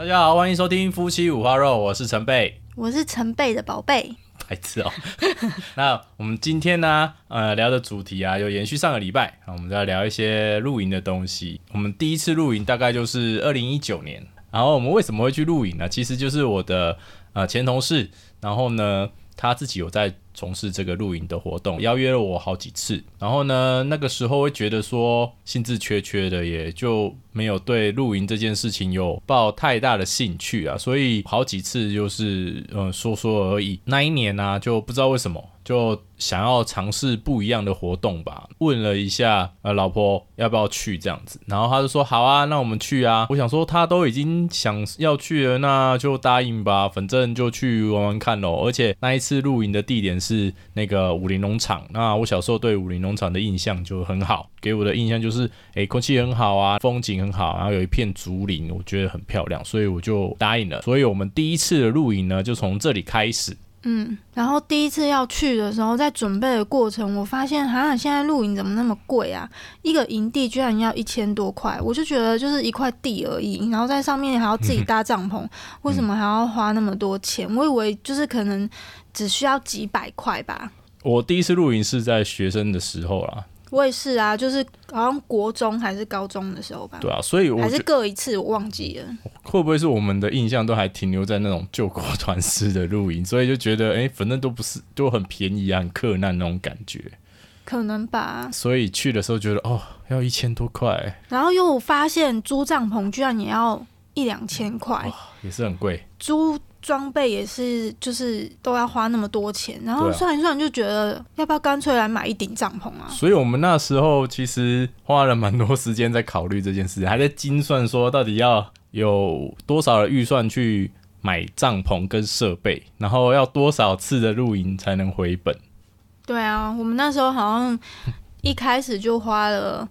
大家好，欢迎收听夫妻五花肉，我是陈贝， 我是陈贝的宝贝， 白痴哦。那我们今天呢，聊的主题啊，有延续上个礼拜，我们再聊一些露营的东西。我们第一次露营大概就是2019年，然后我们为什么会去露营呢？其实就是我的前同事，然后呢，他自己有在从事这个露营的活动，邀约了我好几次。然后呢，那个时候会觉得说兴致缺缺的，也就没有对露营这件事情有抱太大的兴趣啊，所以好几次就是说说而已。那一年啊，就不知道为什么就想要尝试不一样的活动吧，问了一下老婆要不要去这样子，然后他就说好啊，那我们去啊。我想说他都已经想要去了，那就答应吧，反正就去玩玩看咯。而且那一次露营的地点是那个武林农场，那我小时候对武林农场的印象就很好，给我的印象就是空气很好啊，风景很好，然后有一片竹林，我觉得很漂亮，所以我就答应了。所以我们第一次的露营呢，就从这里开始。 然后第一次要去的时候，在准备的过程，我发现现在露营怎么那么贵啊？一个营地居然要1000多块，我就觉得就是一块地而已，然后在上面还要自己搭帐篷，为什么还要花那么多钱？我以为就是可能只需要几百块吧。 我第一次露营是在学生的时候啦。 我也是啊，就是好像国中还是高中的时候吧。 对啊，所以我还是各一次，我忘记了。 会不会是我们的印象都还停留在那种救国团式的露营，所以就觉得反正都不是都很便宜啊，很克难那种感觉。 可能吧。 所以去的时候觉得要1000多块， 然后又发现租帐篷居然也要1-2千块， 也是很贵。 租装备也是，就是都要花那么多钱，然后算一算就觉得，要不要干脆来买一顶帐篷啊？ 所以我们那时候其实花了蛮多时间在考虑这件事，还在精算说到底要有多少的预算去买帐篷跟设备，然后要多少次的露营才能回本。 对啊，我们那时候好像一开始就花了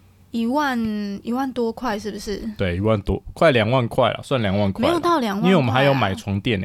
1万多块，是不是？ 对，1万多，快2万块了，算2万块， 没有到2万块， 因为我们还有买床垫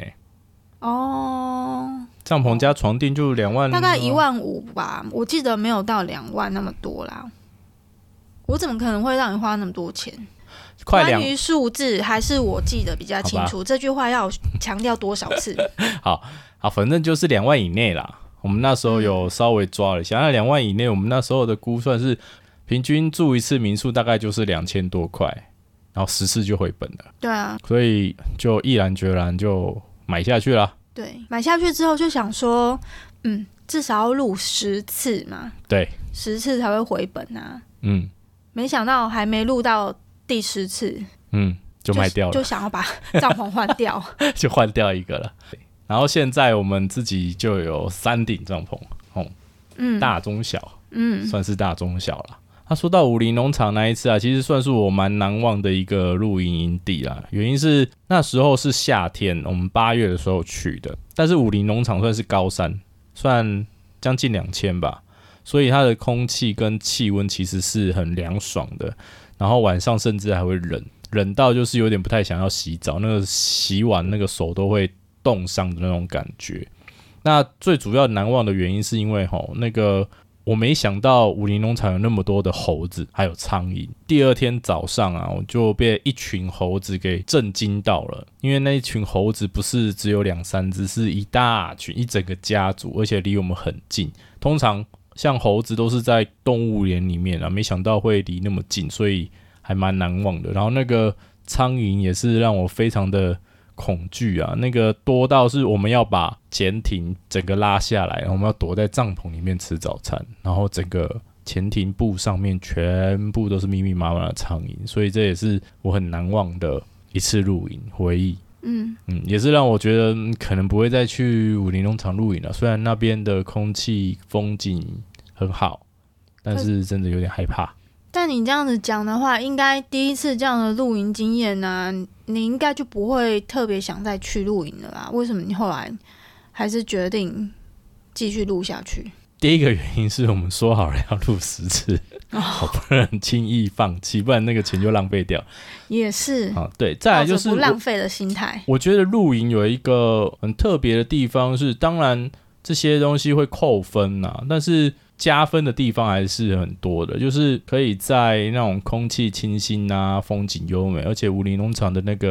帐篷加床垫就2万， 大概1万5吧，我记得没有到2万那么多啦。我怎么可能会让你花那么多钱？关于数字还是我记得比较清楚，这句话要强调多少次？ 好，反正就是2万以内啦。我们那时候有稍微抓了一下，那2万以内，我们那时候的估算是平均住一次民宿大概就是2000多块，然后10次就回本了。 对啊， 所以就毅然决然就买下去了。 对，买下去之后就想说，至少要录10次嘛， 对 ，10次才会回本啊。没想到还没录到第10次， 就卖掉了， 就想要把帐篷换掉， 就换掉一个了。然后现在我们自己就有3顶帐篷，大中小，算是大中小了。他说到武林农场那一次啊，其实算是我蛮难忘的一个露营营地啦。原因是那时候是夏天，我们8月的时候去的，但是武林农场算是高山，算将近2000吧，所以它的空气跟气温其实是很凉爽的。然后晚上甚至还会冷到就是有点不太想要洗澡，那个洗完那个手都会冻伤的那种感觉。那最主要难忘的原因是因为那个我没想到武林农场有那么多的猴子还有苍蝇。第二天早上啊，我就被一群猴子给震惊到了，因为那一群猴子不是只有2-3只，是一大群，一整个家族，而且离我们很近。通常像猴子都是在动物园里面啊，没想到会离那么近，所以还蛮难忘的。然后那个苍蝇也是让我非常的恐惧啊，那个多到是我们要把潜艇整个拉下来，然后我们要躲在帐篷里面吃早餐，然后整个潜艇布上面全部都是密密麻麻的苍蝇，所以这也是我很难忘的一次露营回忆。也是让我觉得可能不会再去武林农场露营了。虽然那边的空气风景很好，但是真的有点害怕。 但你这样子讲的话，应该第一次这样的露营经验啊，你应该就不会特别想再去露营了啦。为什么你后来还是决定继续录下去？ 第一个原因是我们说好了要录10次，我不能轻易放弃，不然那个钱就浪费掉。 也是对，再来就是不浪费的心态。 我觉得露营有一个很特别的地方是，当然这些东西会扣分啊，但是加分的地方还是很多的，就是可以在那种空气清新啊，风景优美，而且武林农场的那个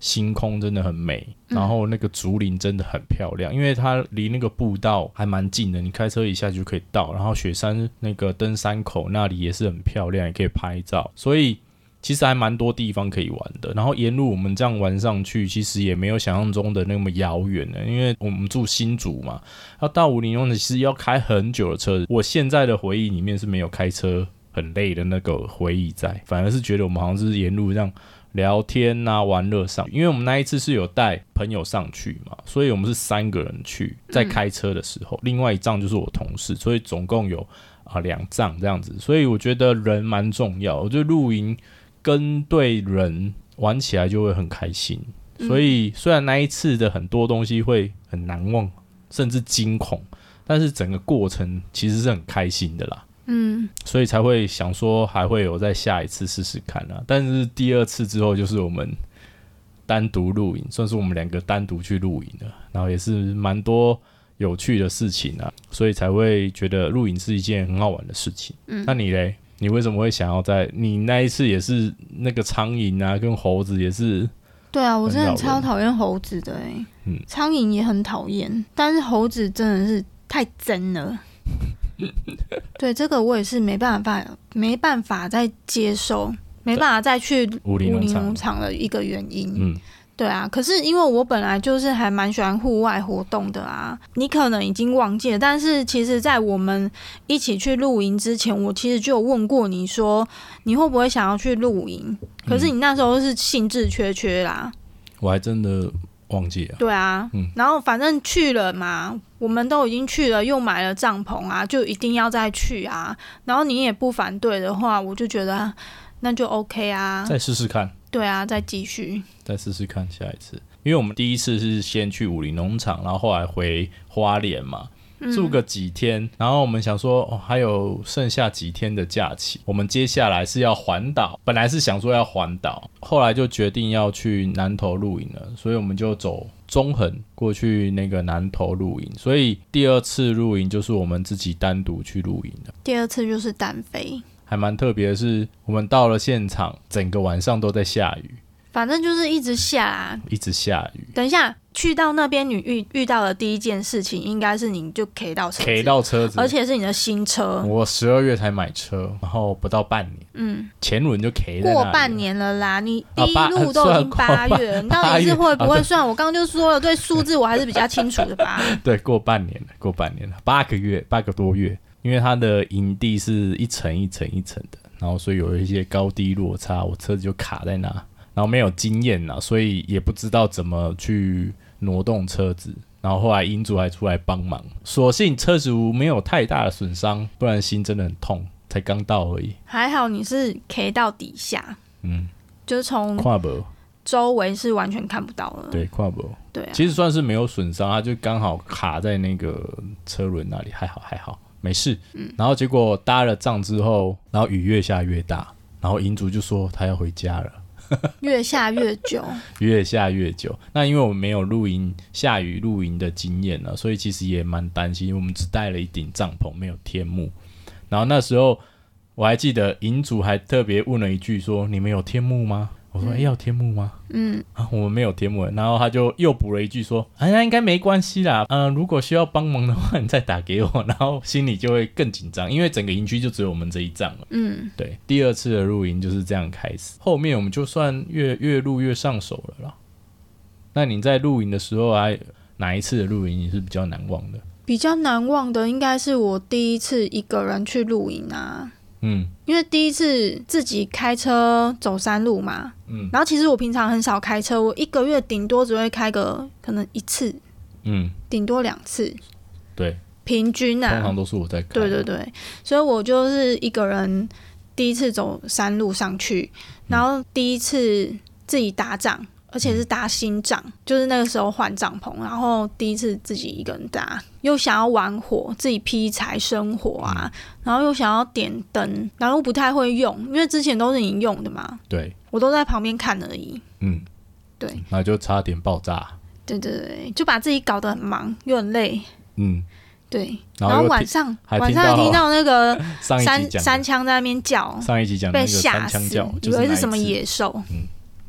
星空真的很美，然后那个竹林真的很漂亮，因为它离那个步道还蛮近的，你开车一下就可以到，然后雪山那个登山口那里也是很漂亮，也可以拍照，所以其实还蛮多地方可以玩的。然后沿路我们这样玩上去，其实也没有想象中的那么遥远的，因为我们住新竹嘛，要到武陵农场其实要开很久的车。我现在的回忆里面是没有开车很累的那个回忆在，反而是觉得我们好像是沿路这样聊天啊玩乐上，因为我们那一次是有带朋友上去嘛，所以我们是3个人去，在开车的时候，另外一帐就是我同事，所以总共有2帐这样子，所以我觉得人蛮重要，我觉得露营跟对人玩起来就会很开心，所以虽然那一次的很多东西会很难忘甚至惊恐，但是整个过程其实是很开心的啦，所以才会想说还会有再下一次试试看啊。但是第2次之后就是我们单独露营，算是我们2个单独去露营了，然后也是蛮多有趣的事情啊，所以才会觉得露营是一件很好玩的事情。那你嘞？你为什么会想要在你那一次也是那个苍蝇啊跟猴子也是？ 对啊，我真的超讨厌猴子的苍蝇也很讨厌，但是猴子真的是太真了。对，这个我也是没办法再接受，没办法再去武陵农场的一个原因。对啊，可是因为我本来就是还蛮喜欢户外活动的啊，你可能已经忘记了，但是其实在我们一起去露营之前，我其实就有问过你说你会不会想要去露营，可是你那时候是兴致缺缺啦。 我还真的忘记了。对啊，然后反正去了嘛，我们都已经去了，又买了帐篷啊，就一定要再去啊，然后你也不反对的话，我就觉得那就 OK 啊， 再试试看。 对啊，再继续， 再试试看下一次。因为我们第一次是先去武陵农场，然后后来回花莲嘛，住个几天，然后我们想说还有剩下几天的假期，我们接下来是要环岛，本来是想说要环岛，后来就决定要去南投露营了，所以我们就走中横过去那个南投露营，所以第2次露营就是我们自己单独去露营的。 第2次就是单飞。 还蛮特别的是，我们到了现场，整个晚上都在下雨， 反正就是一直下啊， 一直下雨。 等一下去到那边，你遇到的第一件事情，应该是你就 K 到车子，而且是你的新车。 我12月才买车，然后不到半年，前轮就 K 在那里了。 过半年了啦，你第一路都已经8月了，你到底是会不会算？我刚刚就说了，对数字我还是比较清楚的吧。 对，过半年了，8个多月。因为它的营地是一层一层一层的，然后所以有一些高低落差，我车子就卡在那，然后没有经验啦，所以也不知道怎么去挪动车子，然后后来营主还出来帮忙，所幸车子没有太大的损伤，不然心真的很痛，才刚到而已。 还好你是 K 到底下，就是从看不周围是完全看不到了。 对，看不对啊， 其实算是没有损伤，它就刚好卡在那个车轮那里，还好。没事，然后结果搭了帐之后，然后雨越下越大，然后营主就说他要回家了， 越下越久， 越下越久。那因为我们没有下雨露营的经验了，所以其实也蛮担心，因为我们只带了一顶帐篷，没有天幕。然后那时候我还记得营主还特别问了一句说：“你们有天幕吗？”我说：“要天幕吗？”我们没有天幕。然后他就又补了一句说：“那应该没关系啦，如果需要帮忙的话，你再打给我。”然后心里就会更紧张，因为整个营区就只有我们这一帐了。对，第2次的露营就是这样开始，后面我们就算越露越上手了啦。那你在露营的时候哪一次的露营你是比较难忘的？ 比较难忘的应该是我第1次一个人去露营啊。因为第1次自己开车走山路嘛，然后其实我平常很少开车，我1个月顶多只会开个可能1次，顶多2次， 对， 平均啊， 通常都是我在开。 对，所以我就是一个人第1次走山路上去，然后第1次自己搭帐，而且是搭新帐，就是那个时候换帐篷，然后第1次自己一个人搭，又想要玩火，自己劈柴生火啊，然后又想要点灯，然后又不太会用，因为之前都是你用的嘛，对，我都在旁边看而已，对， 然后就差点爆炸， 对，就把自己搞得很忙又很累，对，然后晚上还听到那个山羌在那边叫， 上一集讲那个山羌叫， 以为是什么野兽，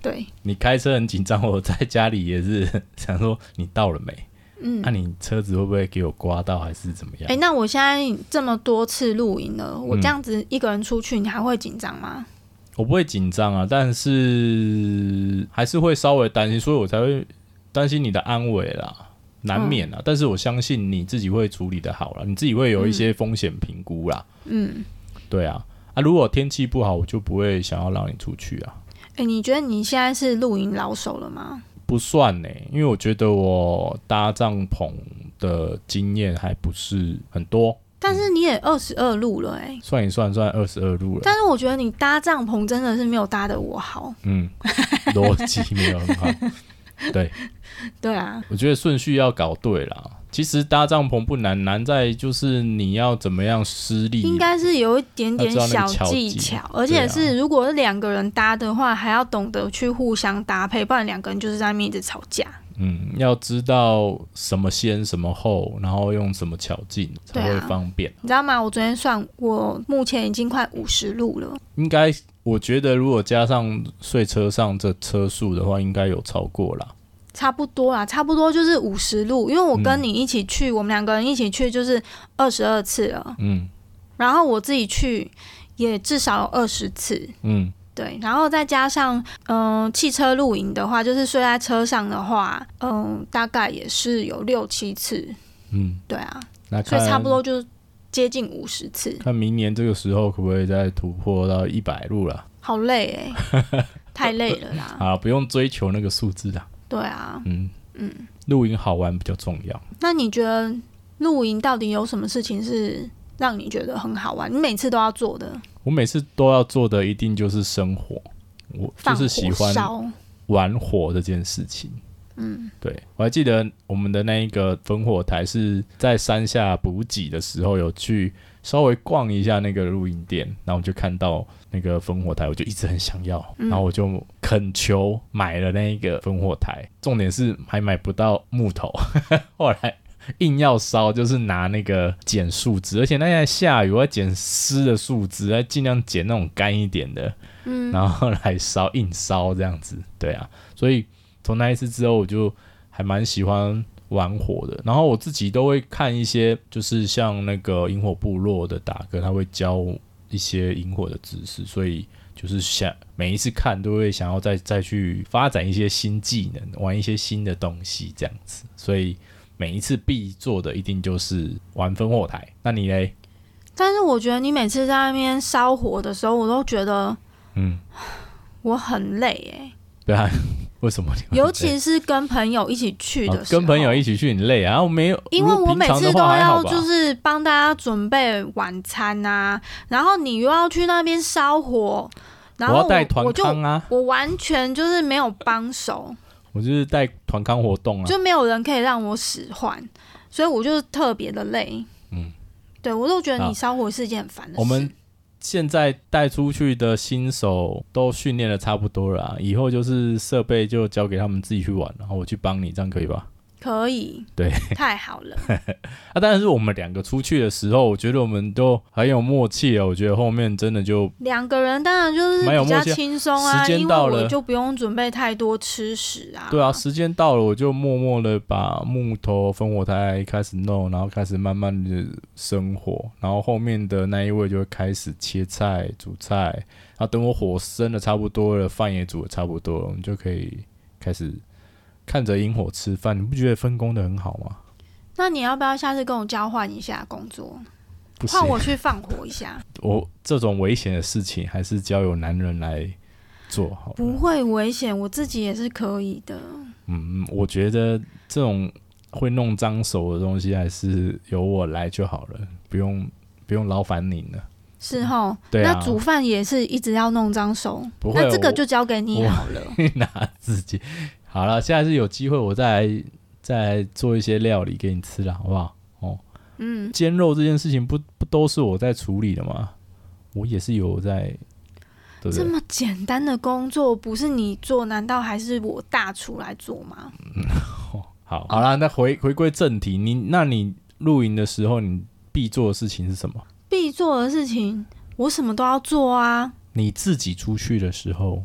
对， 你开车很紧张，我在家里也是想说你到了没？那你车子会不会给我刮到，还是怎么样？ 那我现在这么多次露营了，我这样子一个人出去，你还会紧张吗？ 我不会紧张啊，但是还是会稍微担心，所以我才会担心你的安危啦，难免啦。但是我相信你自己会处理的好啦，你自己会有一些风险评估啦。对啊，如果天气不好，我就不会想要让你出去啊。 你觉得你现在是露营老手了吗？ 不算呢，因为我觉得我搭帐篷的经验还不是很多。 但是你也22路了算一算22路了。 但是我觉得你搭帐篷真的是没有搭得我好。 逻辑没有很好。对。 对啊， 我觉得顺序要搞对啦。其实搭帐篷不难，难在就是你要怎么样施力， 应该是有一点点小技巧，而且是如果是2个人搭的话，还要懂得去互相搭配，不然2个人就是在那边一直吵架。 要知道什么先什么后，然后用什么巧劲才会方便。 你知道吗？我昨天算，我目前已经快50路了。 应该，我觉得如果加上睡车上这车数的话，应该有超过啦。 差不多啦，差不多就是50路，因为我跟你一起去，我们2个人一起去就是22次了。然后我自己去也至少有20次。对，然后再加上汽车露营的话，就是睡在车上的话，大概也是有6-7次。对啊，所以差不多就接近50次。 看明年这个时候可不可以再突破到100路了？ 好累太累了啦。 好，不用追求那个数字啦。 对啊， 露营好玩比较重要。 那你觉得露营到底有什么事情是让你觉得很好玩？你每次都要做的？ 我每次都要做的一定就是生火，我就是喜欢玩火这件事情。对，我还记得我们的那一个烽火台是在山下补给的时候有去稍微逛一下那个露营店，然后我就看到那个烽火台，我就一直很想要，然后我就恳求买了那一个烽火台，重点是还买不到木头，后来硬要烧，就是拿那个剪树枝，而且那天下雨，我要剪湿的树枝，还尽量剪那种干一点的，然后来烧，硬烧这样子。对啊，所以从那一次之后，我就还蛮喜欢玩火的。然后我自己都会看一些，就是像那个萤火部落的大哥，他会教一些萤火的知识，所以就是每一次看都会想要再去发展一些新技能，玩一些新的东西这样子。所以每一次必做的一定就是玩烽火台。那你嘞？ 但是我觉得你每次在那边烧火的时候，我都觉得，我很累对啊，为什么你会累？ 尤其是跟朋友一起去的时候， 跟朋友一起去你累啊？我没有， 因为我每次都要就是帮大家准备晚餐啊，然后你又要去那边烧火，然后我要带团康啊， 我完全就是没有帮手。 我就是带团康活动啊， 就没有人可以让我使唤，所以我就特别的累。对，我都觉得你烧火是一件很烦的事。 我们现在带出去的新手都训练的差不多了啊，以后就是设备就交给他们自己去玩，然后我去帮你，这样可以吧？ 可以， 对， 太好了。 当然是我们2个出去的时候，我觉得我们都很有默契了。我觉得后面真的就 2个人，当然就是比较轻松啊， 时间到了， 因为我就不用准备太多吃食啊。 对啊，时间到了，我就默默的把木头烽火台开始弄，然后开始慢慢的生火，然后后面的那一位就会开始切菜、煮菜，然后等我火生的差不多了，饭也煮的差不多了，我们就可以开始看着萤火吃饭。你不觉得分工的很好吗？ 那你要不要下次跟我交换一下工作，换我去放火一下？ 我这种危险的事情还是交由男人来做好了。 不会危险，我自己也是可以的。 我觉得这种会弄脏手的东西还是由我来就好了，不用劳烦您了。 是齁， 对啊， 那煮饭也是一直要弄脏手， 不会， 那这个就交给你好了。 拿自己好了，下次有机会我再来做一些料理给你吃了，好不好？煎肉这件事情不都是我在处理的吗？我也是有在，对不对？ 这么简单的工作不是你做，难道还是我大厨来做吗？ 好啦，那回归正题，那你露营的时候，你必做的事情是什么？必做的事情，我什么都要做啊。 你自己出去的时候，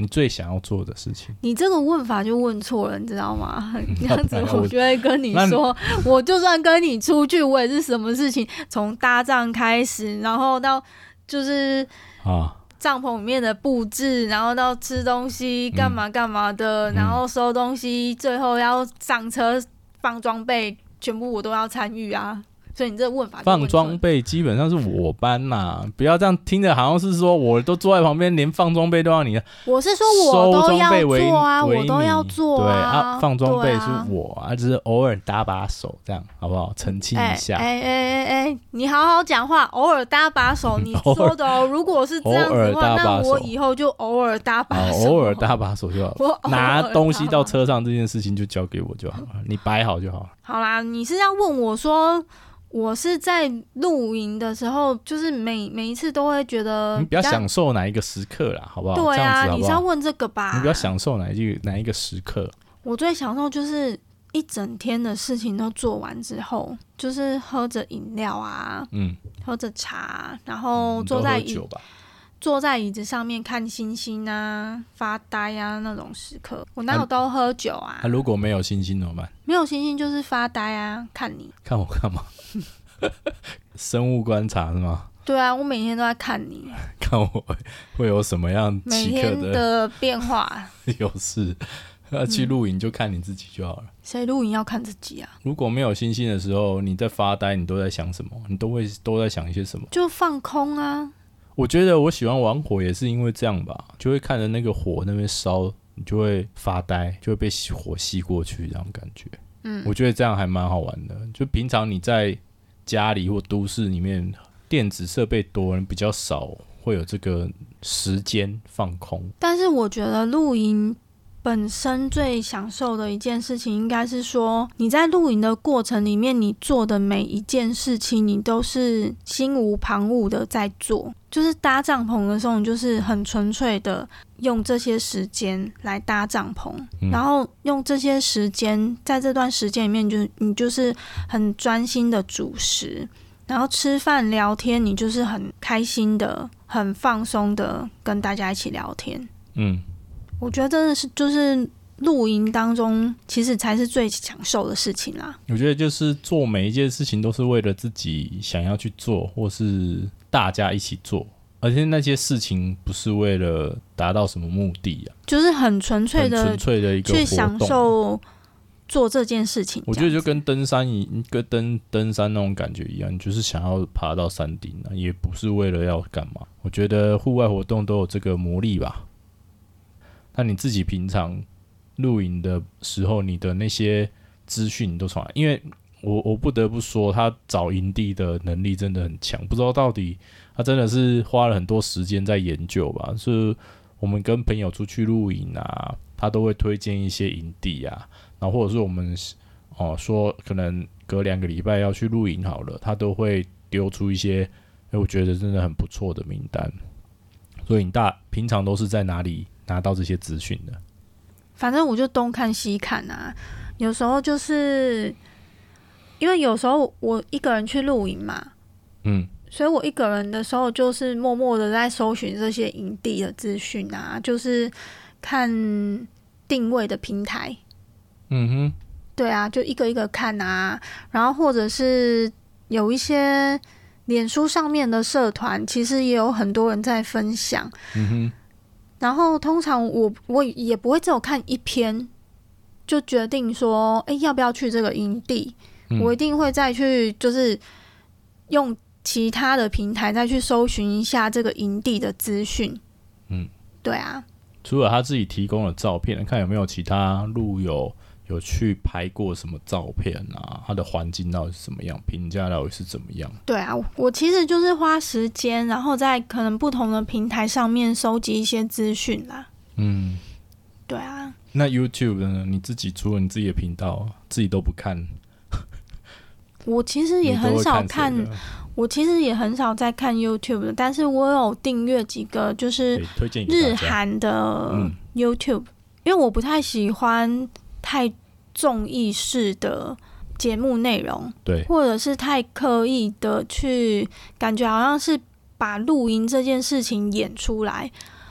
你最想要做的事情。 你这个问法就问错了，你知道吗？这样子我就会跟你说，我就算跟你出去，我也是什么事情从搭帐开始，然后到就是帐篷里面的布置，然后到吃东西干嘛干嘛的，然后收东西，最后要上车放装备，全部我都要参与啊。所以你这个问法就放装备基本上是我班啦，不要这样听着好像是说我都坐在旁边，连放装备都要你的。 我是说我都要做啊，我都要做啊。对啊，放装备是我啊，只是偶尔搭把手这样，好不好？澄清一下。 你好好讲话，偶尔搭把手，你说的哦。如果是这样子的话，那我以后就偶尔搭把手。 偶尔搭把手就好，拿东西到车上这件事情就交给我就好了，你摆好就好了。 好啦，你是要问我说，我是在露营的时候，就是每一次都会觉得你比较享受哪一个时刻啦，好不好？ 对啊， 好好你是要问这个吧？ 你比较享受哪一个时刻？ 我最享受就是一整天的事情都做完之后，就是喝着饮料啊，喝着茶，然后坐在椅子上面看星星啊，发呆啊那种时刻。我哪有都喝酒啊？ 如果没有星星怎么办？ 没有星星就是发呆啊，看你。 看我干嘛？生物观察是吗？ 对啊，我每天都在看你， 看我会有什么样奇特每天的变化。 有事要去露营就看你自己就好了。 谁露营要看自己啊？ 如果没有星星的时候，你在发呆，你都在想什么？你都在想一些什么？ 就放空啊。 我觉得我喜欢玩火也是因为这样吧，就会看着那个火那边烧，你就会发呆，就会被火吸过去这种感觉。我觉得这样还蛮好玩的。就平常你在家里或都市里面，电子设备多，人比较少会有这个时间放空。 但是我觉得露营本身最享受的一件事情，应该是说你在露营的过程里面，你做的每一件事情，你都是心无旁骛的在做。就是搭帐篷的时候，你就是很纯粹的用这些时间来搭帐篷，然后用这些时间，在这段时间里面，你就是很专心的主食，然后吃饭聊天，你就是很开心的、很放松的跟大家一起聊天。我觉得真的是就是露营当中其实才是最享受的事情啦。 我觉得就是做每一件事情都是为了自己想要去做，或是大家一起做，而且那些事情不是为了达到什么目的啊， 就是很纯粹的一个活动去享受做这件事情。 我觉得就跟登山那种感觉一样，你就是想要爬到山顶啊，也不是为了要干嘛。我觉得户外活动都有这个魔力吧。那你自己平常露营的时候，你的那些资讯都从哪？因为我不得不说，他找营地的能力真的很强。不知道到底他真的是花了很多时间在研究吧？是我们跟朋友出去露营啊，他都会推荐一些营地啊，然后或者是我们说可能隔2个礼拜要去露营好了，他都会丢出一些我觉得真的很不错的名单。所以你平常都是在哪里拿到这些资讯的？ 反正我就东看西看啊，有时候就是因为有时候我一个人去露营嘛，所以我一个人的时候就是默默的在搜寻这些营地的资讯啊，就是看定位的平台，对啊，就一个一个看啊，然后或者是有一些脸书上面的社团，其实也有很多人在分享，然后通常我也不会只有看一篇就决定说要不要去这个营地，我一定会再去就是用其他的平台再去搜寻一下这个营地的资讯。对啊， 除了他自己提供的照片，看有没有其他路友有去拍过什么照片啊，他的环境到底是怎么样，评价到底是怎么样。对啊，我其实就是花时间，然后在可能不同的平台上面收集一些资讯啦。对啊。 那 YouTube 呢？你自己除了你自己的频道，自己都不看？ 我其实也很少看，我其实也很少在看 YouTube 的，但是我有订阅几个就是日韩的 YouTube，因为我不太喜欢太综艺式的节目内容， 对， 或者是太刻意的去感觉好像是把露营这件事情演出来，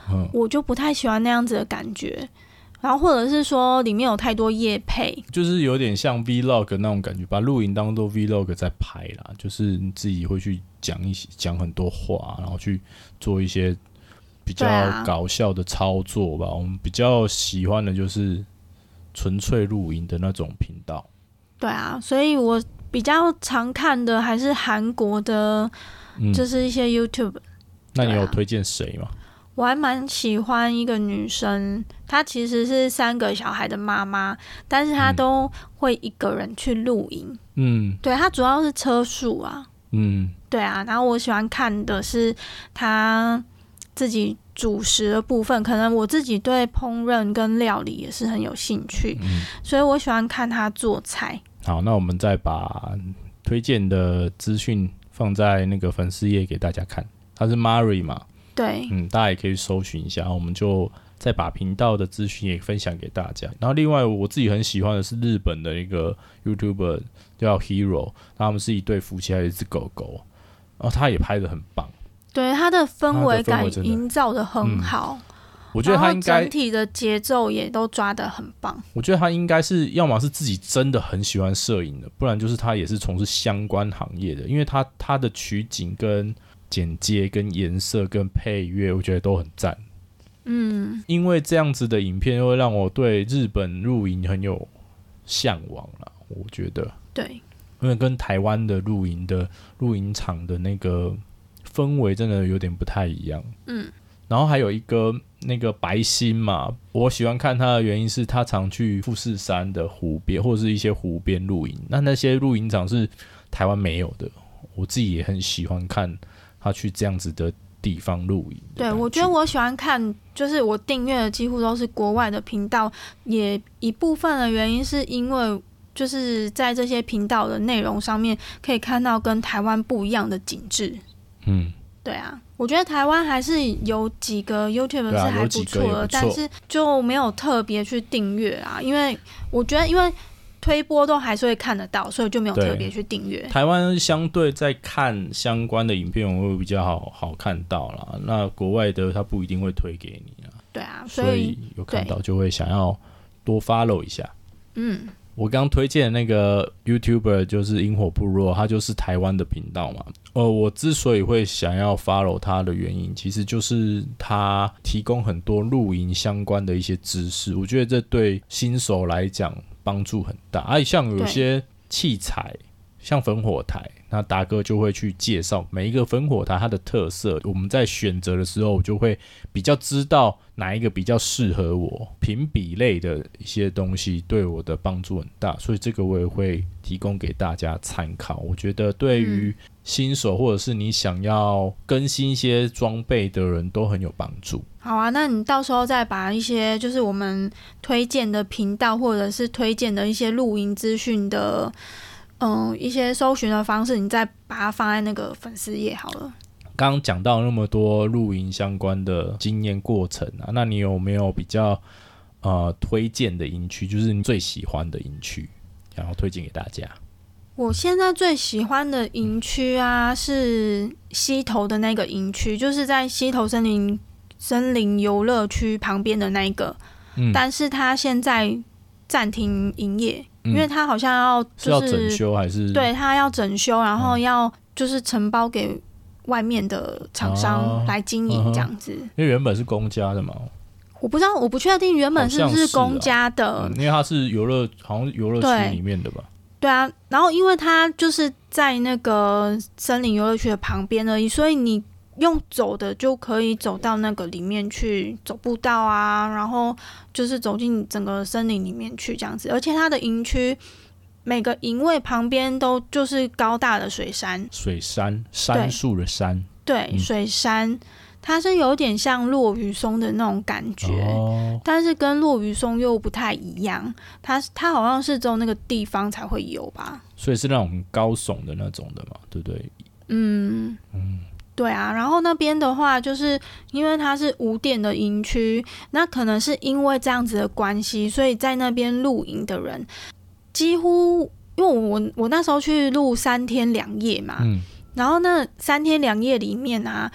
我就不太喜欢那样子的感觉。然后或者是说里面有太多业配， 就是有点像 Vlog 那种感觉，把露营当做 Vlog 在拍啦，就是你自己会去讲很多话，然后去做一些比较搞笑的操作吧。我们比较喜欢的就是纯粹露营的那种频道。 对啊，所以我比较常看的还是韩国的，就是一些 YouTube。 那你有推荐谁吗？ 我还蛮喜欢一个女生，她其实是3个小孩的妈妈，但是她都会一个人去露营。对，她主要是车宿啊。对啊，然后我喜欢看的是她自己主食的部分，可能我自己对烹饪跟料理也是很有兴趣，所以我喜欢看她做菜。 好，那我们再把推荐的资讯放在那个粉丝页给大家看，她是 Mari 嘛。 对， 大家也可以搜寻一下，我们就再把频道的资讯也分享给大家。然后另外我自己很喜欢的是日本的一个 YouTuber 叫 Hero， 他们是一对夫妻还有一只狗狗，然后他也拍得很棒， 对，他的氛围感营造得很好。 我觉得他应该整体的节奏也都抓得很棒。 我觉得他应该是要么是自己真的很喜欢摄影的，不然就是他也是从事相关行业的，因为他的取景跟剪接跟颜色跟配乐我觉得都很赞。因为这样子的影片会让我对日本露营很有向往啦，我觉得。对，因为跟台湾的露营场的那个氛围真的有点不太一样。然后还有一个那个白星嘛，我喜欢看他的原因是他常去富士山的湖边或者是一些湖边露营，那些露营场是台湾没有的，我自己也很喜欢看他去这样子的地方露营。 对，我觉得我喜欢看，就是我订阅的几乎都是国外的频道，也一部分的原因是因为就是在这些频道的内容上面可以看到跟台湾不一样的景致。对啊，我觉得台湾还是有几个 YouTuber 是还不错的，但是就没有特别去订阅啊，因为我觉得因为推播都还是会看得到，所以就没有特别去订阅。 台湾相对在看相关的影片我会比较好看到啦，那国外的他不一定会推给你啊。 对啊， 所以有看到就会想要多 follow 一下。我刚推荐的那个 YouTuber 就是萤火部落，他就是台湾的频道嘛。我之所以会想要 follow 他的原因，其实就是他提供很多露营相关的一些知识，我觉得这对新手来讲帮助很大。像有些器材，像烽火台，那达哥就会去介绍每一个烽火台它的特色，我们在选择的时候我就会比较知道哪一个比较适合我，评比类的一些东西对我的帮助很大，所以这个我也会提供给大家参考。我觉得对于新手或者是你想要更新一些装备的人都很有帮助。 好啊，那你到时候再把一些就是我们推荐的频道或者是推荐的一些露营资讯的一些搜寻的方式，你再把它放在那个粉丝页好了。 刚刚讲到那么多露营相关的经验过程啊，那你有没有比较推荐的营区，就是你最喜欢的营区，然后推荐给大家？ 我现在最喜欢的营区啊，是溪头的那个营区，就是在溪头森林游乐区旁边的那一个，但是它现在暂停营业，因为它好像是要整修还是？ 对，它要整修，然后要就是承包给外面的厂商来经营这样子。 因为原本是公家的嘛。 我不知道，我不确定原本是不是公家的， 因为它是好像游乐区里面的吧。 对啊，然后因为它就是在那个森林游乐区的旁边而已，所以你用走的就可以走到那个里面去，走步道啊，然后就是走进整个森林里面去这样子。而且它的营区每个营位旁边都就是高大的水杉，杉树的杉，对，水杉。它是有点像落羽松的那种感觉，但是跟落羽松又不太一样。它好像是只有那个地方才会有吧， 所以是那种很高耸的那种的嘛，对不对？ 对啊。然后那边的话，就是因为它是无电的营区，那可能是因为这样子的关系，所以在那边露营的人几乎，因为我那时候去露3天2夜嘛，然后那3天2夜里面啊。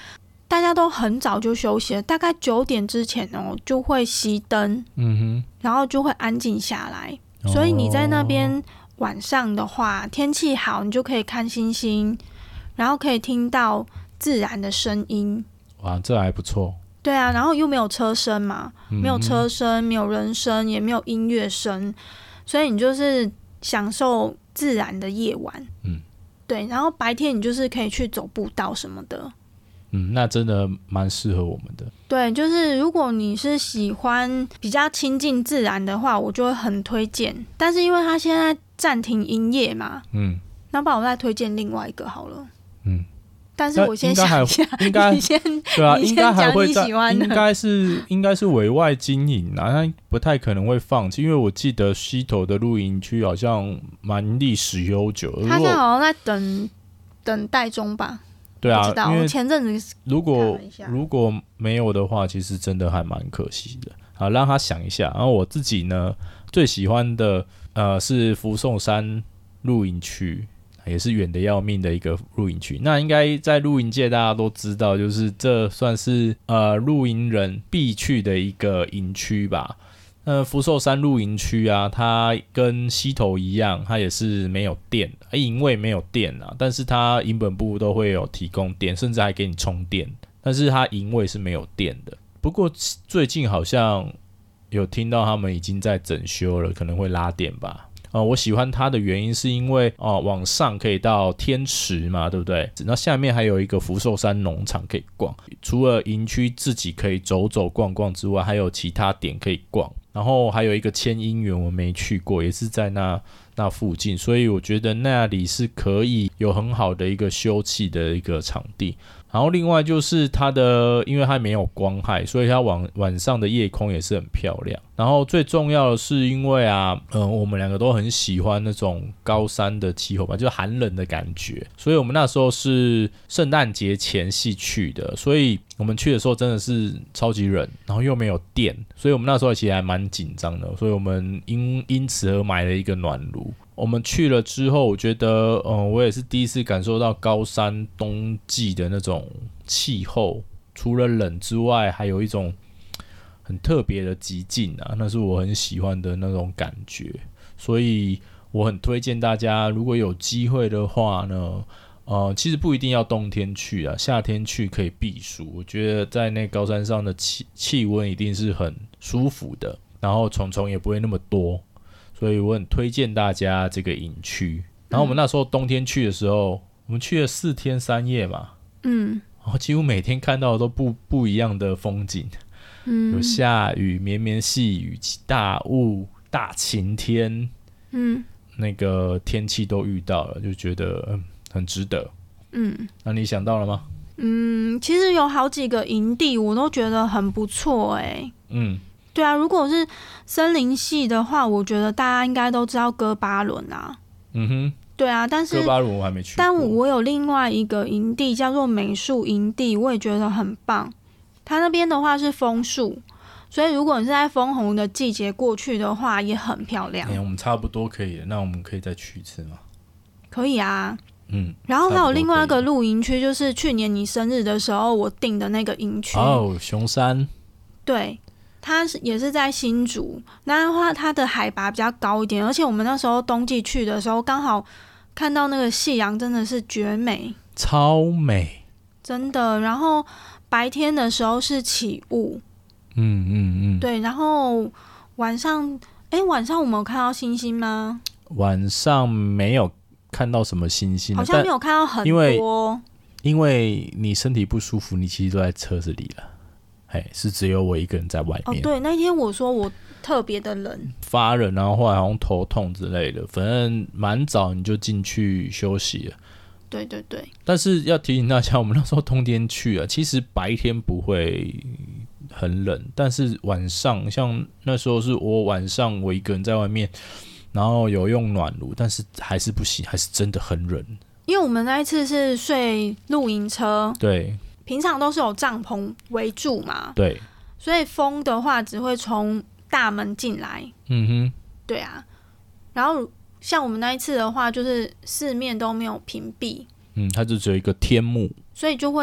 大家都很早就休息了，大概9点之前就会熄灯，然后就会安静下来。所以你在那边晚上的话，天气好，你就可以看星星，然后可以听到自然的声音。 哇，这还不错。 对啊，然后又没有车声嘛，没有车声，没有人声，也没有音乐声，所以你就是享受自然的夜晚。对，然后白天你就是可以去走步道什么的。 那真的蛮适合我们的。对， 就是如果你是喜欢比较亲近自然的话，我就会很推荐。但是因为它现在暂停营业嘛，那不然我再推荐另外一个好了。但是我先想一下， 应该你先对啊，应该还会喜欢的， 应该是委外经营啊，它不太可能会放弃，因为我记得溪头的露营区好像蛮历史悠久的， 他现在好像在等待中吧。 对啊，因为前阵子如果没有的话，其实真的还蛮可惜的。好，让他想一下。然后我自己呢，最喜欢的是福寿山露营区，也是远的要命的一个露营区。那应该在露营界大家都知道，就是这算是露营人必去的一个营区吧。福寿山露营区啊，它跟溪头一样，它也是没有电，营位没有电啊，但是它营本部都会有提供电，甚至还给你充电，但是它营位是没有电的。不过最近好像有听到他们已经在整修了，可能会拉电吧。我喜欢它的原因是因为往上可以到天池嘛，对不对？那下面还有一个福寿山农场可以逛，除了营区自己可以走走逛逛之外，还有其他点可以逛。然后还有一个千姻园我没去过，也是在那附近，所以我觉得那里是可以有很好的一个休憩的一个场地。然后另外就是它的，因为它没有光害，所以它晚上的夜空也是很漂亮。然后最重要的是因为我们两个都很喜欢那种高山的气候吧，就寒冷的感觉，所以我们那时候是圣诞节前夕去的，所以我们去的时候真的是超级冷，然后又没有电，所以我们那时候其实还蛮紧张的，所以我们因此而买了一个暖炉。我们去了之后，我觉得我也是第一次感受到高山冬季的那种气候，除了冷之外，还有一种很特别的极静啊，那是我很喜欢的那种感觉，所以我很推荐大家，如果有机会的话呢，其实不一定要冬天去啊，夏天去可以避暑。我觉得在那高山上的气温一定是很舒服的，然后虫虫也不会那么多，所以我很推荐大家这个营区。然后我们那时候冬天去的时候，我们去了4天3夜嘛，然后几乎每天看到的都不一样的风景。有下雨、绵绵细雨、大雾、大晴天，那个天气都遇到了，就觉得很值得。那你想到了吗？ 其实有好几个营地我都觉得很不错欸。对啊，如果是森林系的话，我觉得大家应该都知道哥巴伦啊。对啊，但是哥巴伦我还没去过， 但我有另外一个营地叫做美术营地，我也觉得很棒。它那边的话是枫树，所以如果你是在枫红的季节过去的话，也很漂亮。 我们差不多可以了，那我们可以再去一次吗？ 可以啊。然后还有另外一个露营区，就是去年你生日的时候我订的那个营区。 熊山。 对，它也是在新竹，那的话它的海拔比较高一点，而且我们那时候冬季去的时候，刚好看到那个夕阳，真的是绝美， 超美， 真的。然后白天的时候是起雾，对，然后晚上我们有看到星星吗？ 晚上没有看到什么星星， 好像没有看到很多， 因为你身体不舒服，你其实都在车子里了。是只有我一个人在外面。 对，那天我说我特别的冷， 发冷，然后后来好像头痛之类的，反正蛮早你就进去休息了。 对对对。 但是要提醒大家，我们那时候冬天去啊，其实白天不会很冷，但是晚上，像那时候是我晚上我一个人在外面，然后有用暖炉，但是还是不行，还是真的很冷。 因为我们那一次是睡露营车， 对。 平常都是有帐篷围住嘛， 对， 所以风的话只会从大门进来。对啊。然后像我们那一次的话，就是四面都没有屏蔽， 它就只有一个天幕， 所以就会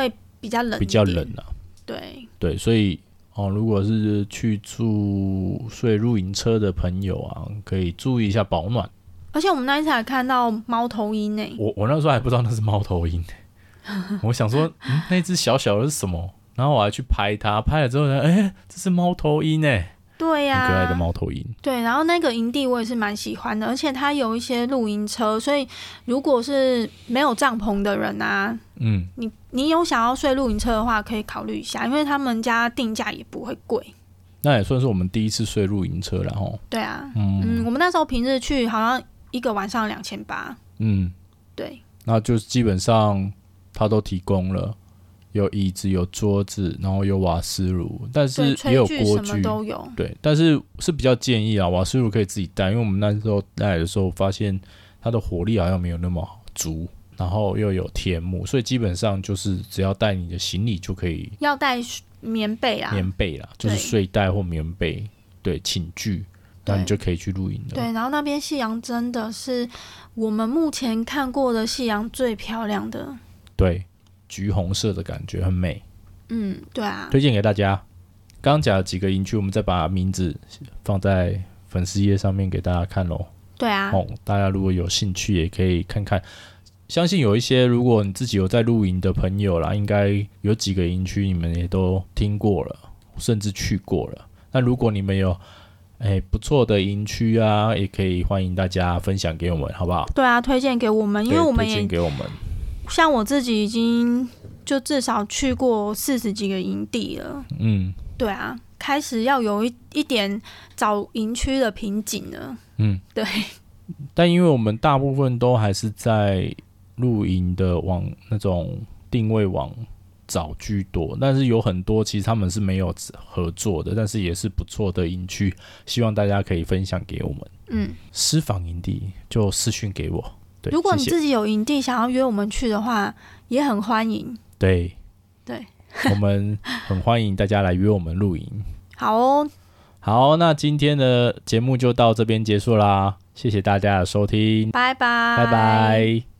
比较冷，对， 所以如果是去睡露营车的朋友啊，可以注意一下保暖。 而且我们那一次还看到猫头鹰欸， 我那时候还不知道那是猫头鹰我想说那只小小的是什么，然后我还去拍它，拍了之后呢，这是猫头鹰对呀， 很可爱的猫头鹰。 对，然后那个营地我也是蛮喜欢的，而且它有一些露营车，所以如果是没有帐篷的人啊，你有想要睡露营车的话，可以考虑一下，因为他们家定价也不会贵。 那也算是我们第一次睡露营车啦齁。 对啊，我们那时候平日去好像一个晚上2800。对， 那就基本上他都提供了。有椅子，有桌子，然后有瓦斯炉，但是也有锅具， 什么都有。 对，但是是比较建议啊，瓦斯炉可以自己带，因为我们那时候带的时候发现它的火力好像没有那么足，然后又有天幕，所以基本上就是只要带你的行李就可以。 要带棉被啦， 就是睡袋或棉被，对，寝具，那你就可以去露营了。 对，然后那边夕阳真的是我们目前看过的夕阳最漂亮的。 对。橘红色的感觉很美， 对啊， 推荐给大家。刚刚讲了几个营区，我们再把名字放在粉丝页上面给大家看咯。 对啊， 大家如果有兴趣也可以看看。相信有一些如果你自己有在露营的朋友啦，应该有几个营区你们也都听过了，甚至去过了。那如果你们有不错的营区啊，也可以欢迎大家分享给我们，好不好？ 对啊，推荐给我们，因为我们也推荐给我们。 像我自己已经就至少去过40几个营地了，对啊，开始要有一点找营区的瓶颈了，对。 但因为我们大部分都还是在露营的网那种定位网找居多，但是有很多其实他们是没有合作的，但是也是不错的营区，希望大家可以分享给我们。私房营地就私讯给我。 如果你自己有营地想要约我们去的话，也很欢迎。 对，我们很欢迎大家来约我们露营。好，那今天的节目就到这边结束啦，谢谢大家的收听， 拜拜。